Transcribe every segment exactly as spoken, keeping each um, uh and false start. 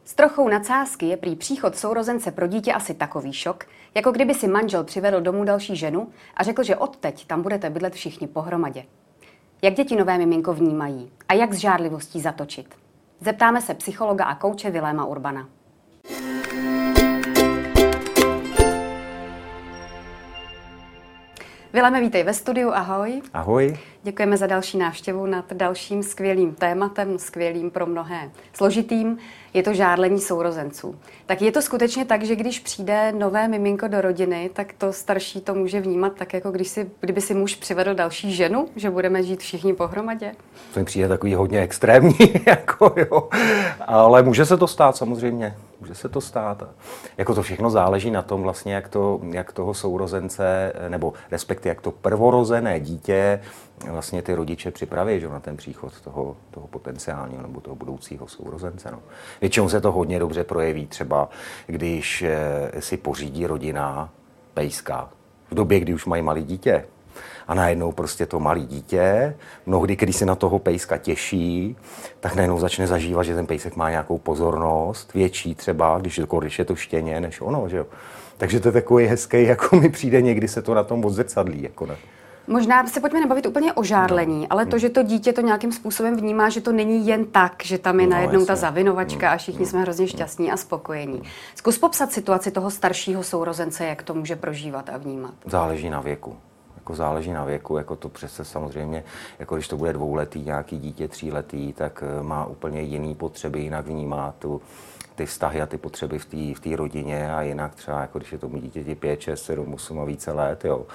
S trochou nadsázky je prý příchod sourozence pro dítě asi takový šok, jako kdyby si manžel přivedl domů další ženu a řekl, že odteď tam budete bydlet všichni pohromadě. Jak děti nové miminko vnímají a jak s žárlivostí zatočit? Zeptáme se psychologa a kouče Viléma Urbana. Vileme, vítej ve studiu, ahoj. Ahoj. Děkujeme za další návštěvu nad dalším skvělým tématem, skvělým pro mnohé složitým. Je to žárlení sourozenců. Tak je to skutečně tak, že když přijde nové miminko do rodiny, tak to starší to může vnímat tak, jako když si, kdyby si muž přivedl další ženu, že budeme žít všichni pohromadě? To mi přijde takový hodně extrémní, jako jo. Ale může se to stát samozřejmě. Může se to stát. Jako to všechno záleží na tom vlastně, jak, to, jak toho sourozence, nebo respektive jak to prvorozené dítě vlastně ty rodiče připraví, že, na ten příchod toho, toho potenciálního nebo toho budoucího sourozence. No. Většinou se to hodně dobře projeví třeba, když eh, si pořídí rodina pejska v době, kdy už mají malé dítě. A najednou prostě to malé dítě, mnohdy, když se na toho pejska těší, tak najednou začne zažívat, že ten pejsek má nějakou pozornost, větší třeba, když, když je to štěně, než ono, že jo. Takže to je takový hezký, jako mi přijde, někdy se to na tom odzrcadlí, jako ne. Možná se pojďme nebavit úplně o žárlení, no. ale to, že to dítě to nějakým způsobem vnímá, že to není jen tak, že tam je no, najednou jasně. ta zavinovačka a všichni jsme hrozně šťastní a spokojení. Zkus popsat situaci toho staršího sourozence, jak to může prožívat a vnímat. Záleží na věku. Jako záleží na věku, jako to přece samozřejmě, jako když to bude dvouletý nějaký dítě, tříletý, tak má úplně jiný potřeby, jinak vnímá tu, ty vztahy a ty potřeby v té v té rodině a jinak třeba, jako když je tomu dítěti pět, šest, sedm, osm a více let, jo.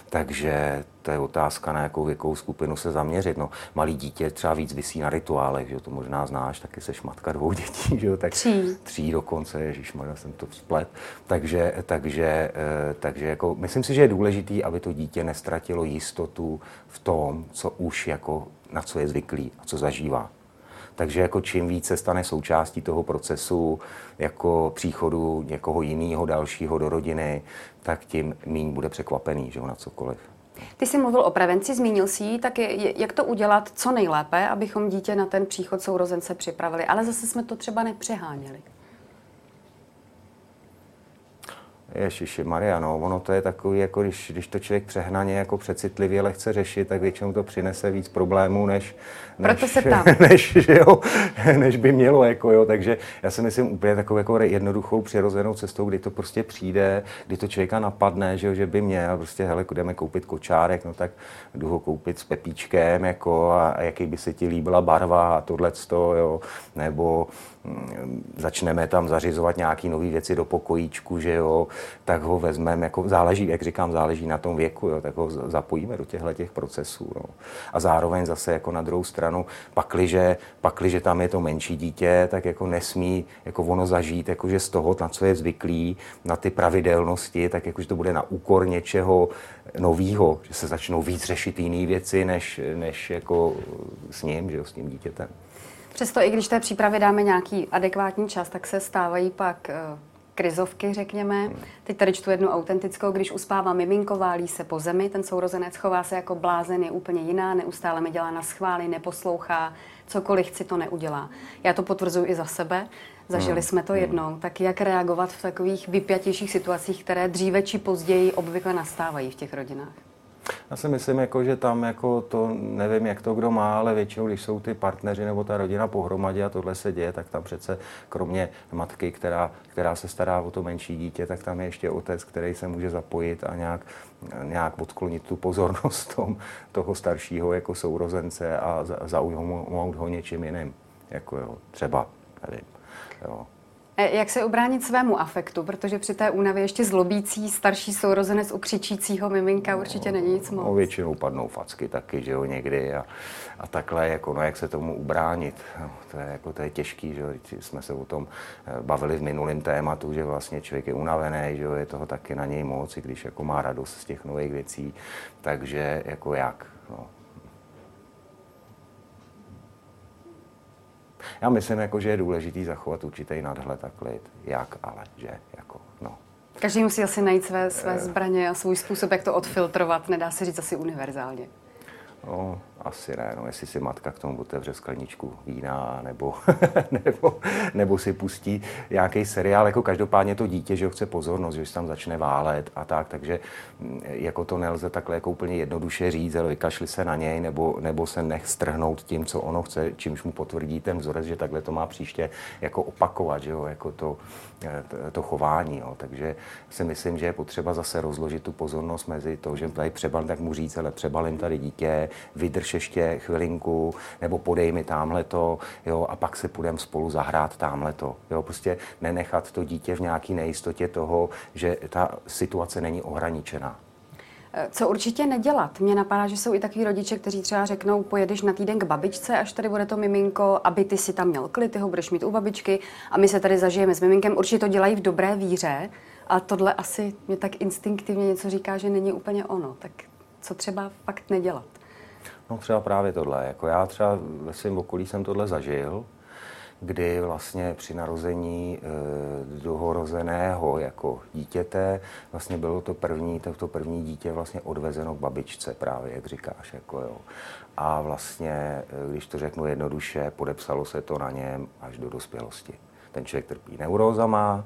Takže to je otázka, na jakou věkovou skupinu se zaměřit. No, malý dítě třeba víc visí na rituálech, že to možná znáš, taky seš matka dvou dětí, že jo, tak tří. Tří dokonce, ježišmarja, jsem to splet. Takže, takže, takže jako, myslím si, že je důležitý, aby to dítě nestratilo jistotu v tom, co už jako, na co je zvyklý a co zažívá. Takže jako čím více stane součástí toho procesu jako příchodu někoho jiného, dalšího do rodiny, tak tím míň bude překvapený, že na cokoliv. Ty jsi mluvil o prevenci, zmínil jsi ji, tak je, jak to udělat co nejlépe, abychom dítě na ten příchod sourozence připravili, ale zase jsme to třeba nepřeháněli. Ježiši Maria, no, ono to je takový, jako když, když to člověk přehnaně jako přecitlivě lehce řešit, tak většinou to přinese víc problémů, než, Proto než, se ptám. než, že jo, než by mělo. Jako, jo. Takže já si myslím úplně takovou jako jednoduchou přirozenou cestou, kdy to prostě přijde, kdy to člověka napadne, že, jo, že by měl, prostě hele, jdeme koupit kočárek, no tak jdu ho koupit s pepíčkem, jako, a, a jaký by se ti líbila barva a tohleto, jo, nebo mm, začneme tam zařizovat nějaký nové věci do pokojíčku, že jo, tak ho vezmeme, jako záleží, jak říkám, záleží na tom věku, jo, tak ho zapojíme do těchto těch procesů. No. A zároveň zase jako na druhou stranu, pakliže, pakliže tam je to menší dítě, tak jako nesmí jako ono zažít, jakože z toho, na co je zvyklý, na ty pravidelnosti, tak jakože to bude na úkor něčeho novýho, že se začnou víc řešit jiné věci, než, než jako s ním, že jo, s tím dítětem. Přesto i když té přípravě dáme nějaký adekvátní čas, tak se stávají pak krizovky, řekněme. Hmm. Teď tady čtu jednu autentickou, když uspává miminko, válí se po zemi, ten sourozenec chová se jako blázen, je úplně jiná, neustále mi dělá na schvály, neposlouchá, cokoliv chci, to neudělá. Já to potvrzuji i za sebe, zažili hmm. jsme to jednou. Tak jak reagovat v takových vypjatějších situacích, které dříve či později obvykle nastávají v těch rodinách? Já si myslím, jako, že tam jako to, nevím, jak to kdo má, ale většinou, když jsou ty partneři nebo ta rodina pohromadě a tohle se děje, tak tam přece kromě matky, která, která se stará o to menší dítě, tak tam je ještě otec, který se může zapojit a nějak, nějak odklonit tu pozornost tom, toho staršího jako sourozence a zaujmout ho něčím jiným. Jako jo, třeba, nevím, jo. Jak se ubránit svému afektu, protože při té únavě ještě zlobící starší sourozenec u křičícího miminka určitě není nic moc. No, většinou padnou facky taky, že jo, někdy a, a takhle, jako no, jak se tomu ubránit, no, to je jako, to je těžký, že jo, jsme se o tom bavili v minulém tématu, že vlastně člověk je unavený, že jo, je toho taky na něj moc, i když jako má radost z těch nových věcí, takže jako jak, no. Já myslím, jako, že je důležitý zachovat určitý nadhled a klid. Jak, ale že, jako, no. Každý musí asi najít své, své zbraně a svůj způsob, jak to odfiltrovat. Nedá se říct asi univerzálně. No, asi ne, no, jestli si matka k tomu otevře skleničku vína, nebo, nebo, nebo si pustí nějaký seriál, jako každopádně to dítě, že ho chce pozornost, že se tam začne válet a tak, takže jako to nelze takhle jako úplně jednoduše říct, ale vykašli se na něj, nebo, nebo se nech strhnout tím, co ono chce, čímž mu potvrdí ten vzorec, že takhle to má příště jako opakovat, že jo, jako to, to, to chování, jo. Takže si myslím, že je potřeba zase rozložit tu pozornost mezi to, že tady přebalím, tak mu říct, ale přebalím tady dítě, vydrž ještě chvilinku, nebo podej mi támhleto, jo, a pak se půjdeme spolu zahrát támhleto, jo, prostě nenechat to dítě v nějaký nejistotě toho, že ta situace není ohraničená. Co určitě nedělat? Mně napadá, že jsou i takový rodiče, kteří třeba řeknou, pojedeš na týden k babičce, až tady bude to miminko, aby ty si tam měl klid, ty ho budeš mít u babičky a my se tady zažijeme s miminkem. Určitě to dělají v dobré víře, ale tohle asi mě tak instinktivně něco říká, že není úplně ono. Tak co třeba fakt nedělat? No třeba právě tohle. Jako já třeba ve svém okolí jsem tohle zažil, kdy vlastně při narození e, druhorozeného jako dítěte vlastně bylo to první, to, to první dítě vlastně odvezeno k babičce právě, jak říkáš. Jako jo. A vlastně, když to řeknu jednoduše, podepsalo se to na něm až do dospělosti. Ten člověk trpí neurózama,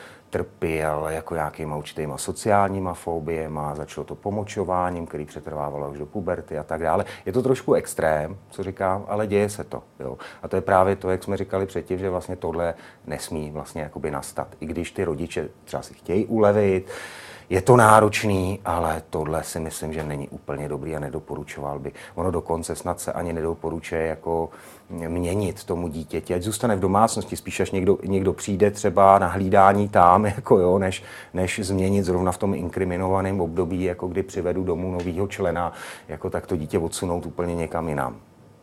trpěl jako nějakýma určitýma sociálníma fobiema, začalo to pomočováním, který přetrvávalo už do puberty a tak dále. Je to trošku extrém, co říkám, ale děje se to. Jo. A to je právě to, jak jsme říkali předtím, že vlastně tohle nesmí vlastně jakoby nastat. I když ty rodiče třeba si chtějí ulevit, je to náročný, ale tohle si myslím, že není úplně dobrý a nedoporučoval by. Ono dokonce snad se ani nedoporučuje jako měnit tomu dítěti, ať zůstane v domácnosti, spíš až někdo, někdo přijde třeba na hlídání tam, jako jo, než, než změnit zrovna v tom inkriminovaném období, jako kdy přivedu domů novýho člena, jako tak to dítě odsunout úplně někam jinam.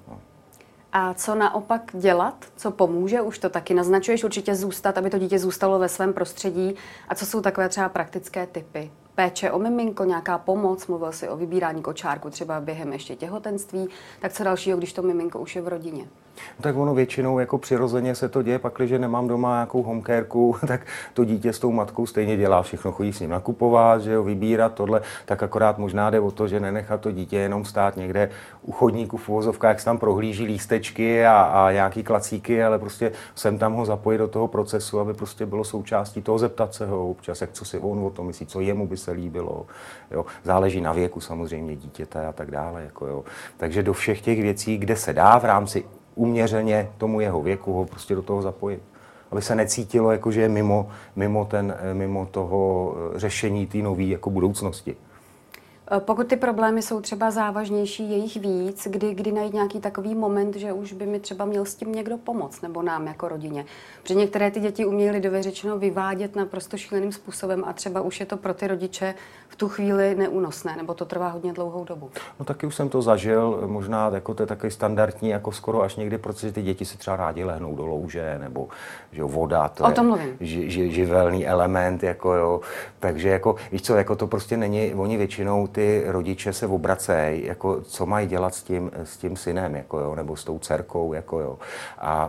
A co naopak dělat? Co pomůže? Už to taky naznačuješ, určitě zůstat, aby to dítě zůstalo ve svém prostředí. A co jsou takové třeba praktické tipy? Péče o miminko, nějaká pomoc, mluvil jsi o vybírání kočárku třeba během ještě těhotenství. Tak co dalšího, když to miminko už je v rodině? No tak ono většinou jako přirozeně se to děje, pakliže nemám doma nějakou homekérku, tak to dítě s tou matkou stejně dělá všechno, chodí s ním nakupovat, že jo, vybírat tohle, tak akorát možná jde o to, že nenechat to dítě jenom stát někde u chodníku v uvozovkách, jak se tam prohlíží lístečky a, a nějaký klacíky, ale prostě sem tam ho zapojit do toho procesu, aby prostě bylo součástí toho, zeptat se ho občas, jak co si on o tom myslí, co jemu by se líbilo, jo. Záleží na věku samozřejmě dítěte a tak dále, jako jo. Takže do všech těch věcí, kde se dá v rámci uměřeně tomu jeho věku ho prostě do toho zapojit. Aby se necítilo, jako, že je mimo, mimo, ten, mimo toho řešení té nové jako budoucnosti. Pokud ty problémy jsou třeba závažnější, je jich víc, kdy, kdy najít nějaký takový moment, že už by mi třeba měl s tím někdo pomoct, nebo nám jako rodině. Protože některé ty děti umějí lidově řečeno vyvádět naprosto šíleným způsobem a třeba už je to pro ty rodiče v tu chvíli neúnosné, nebo to trvá hodně dlouhou dobu. No taky už jsem to zažil, možná jako to je takový standardní, jako skoro až někdy, protože ty děti si třeba rádi lehnou do louže, nebo že jo, voda, to o tom mluvím. je ži, ži, živelný element, jako jo. Takže jako, víš co, jako to prostě není, oni většinou ty rodiče se obracejí, jako co mají dělat s tím, s tím synem, jako jo, nebo s tou dcerkou, jako jo. A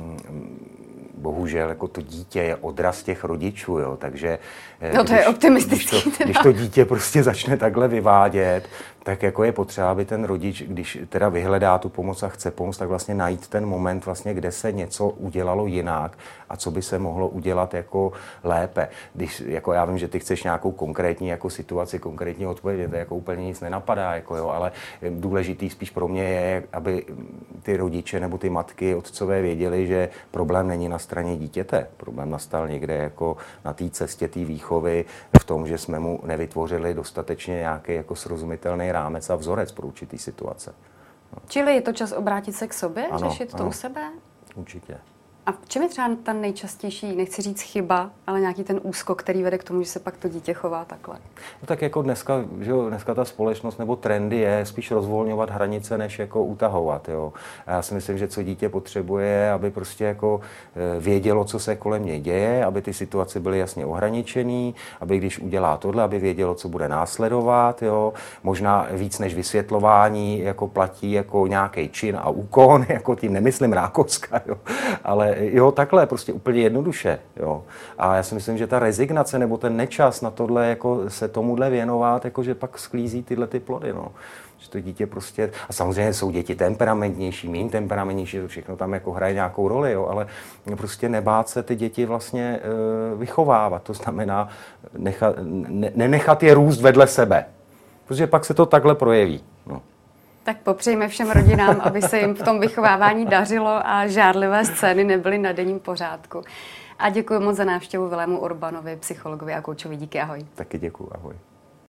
mm, bohužel jako to dítě je odraz těch rodičů, jo, takže... No to když, je optimistický. Když to, když to dítě prostě začne takhle vyvádět, tak jako je potřeba, aby ten rodič, když teda vyhledá tu pomoc a chce pomoct, tak vlastně najít ten moment, vlastně, kde se něco udělalo jinak a co by se mohlo udělat jako lépe. Když, jako já vím, že ty chceš nějakou konkrétní jako situaci, konkrétní odpověď, to jako úplně nic nenapadá, jako jo, ale důležitý spíš pro mě je, aby ty rodiče nebo ty matky, otcové věděli, že problém není na straně dítěte. Problém nastal někde jako na té cestě té výchovy v tom, že jsme mu nevytvořili dostatečně nějaký jako srozumitelný rámec a vzorec pro určitý situace. No. Čili je to čas obrátit se k sobě, ano, řešit to ano. u sebe? Určitě. A v čem je třeba ta nejčastější, nechci říct chyba, ale nějaký ten úskok, který vede k tomu, že se pak to dítě chová takhle? No tak jako dneska, že jo, dneska ta společnost nebo trendy je spíš rozvolňovat hranice, než jako utahovat, jo. A já si myslím, že co dítě potřebuje, aby prostě jako vědělo, co se kolem něj děje, aby ty situace byly jasně ohraničený, aby když udělá tohle, aby vědělo, co bude následovat, jo. Možná víc než vysvětlování, jako platí jako nějaký čin a úkon, jako tím nemyslím Rákoska, jo, ale jo, takhle, prostě úplně jednoduše, jo. A já si myslím, že ta rezignace nebo ten nečas na tohle, jako se tomuhle věnovat, jako že pak sklízí tyhle ty plody, no. Že to dítě prostě, a samozřejmě jsou děti temperamentnější, méně temperamentnější, to všechno tam jako hraje nějakou roli, jo, ale prostě nebát se ty děti vlastně e, vychovávat, to znamená nechat, ne, nenechat je růst vedle sebe, protože pak se to takhle projeví, no. Tak popřejme všem rodinám, aby se jim v tom vychovávání dařilo a žárlivé scény nebyly na denním pořádku. A děkuji moc za návštěvu Vilému Urbanovi, psychologovi a koučovi. Díky, ahoj. Taky děkuji, ahoj.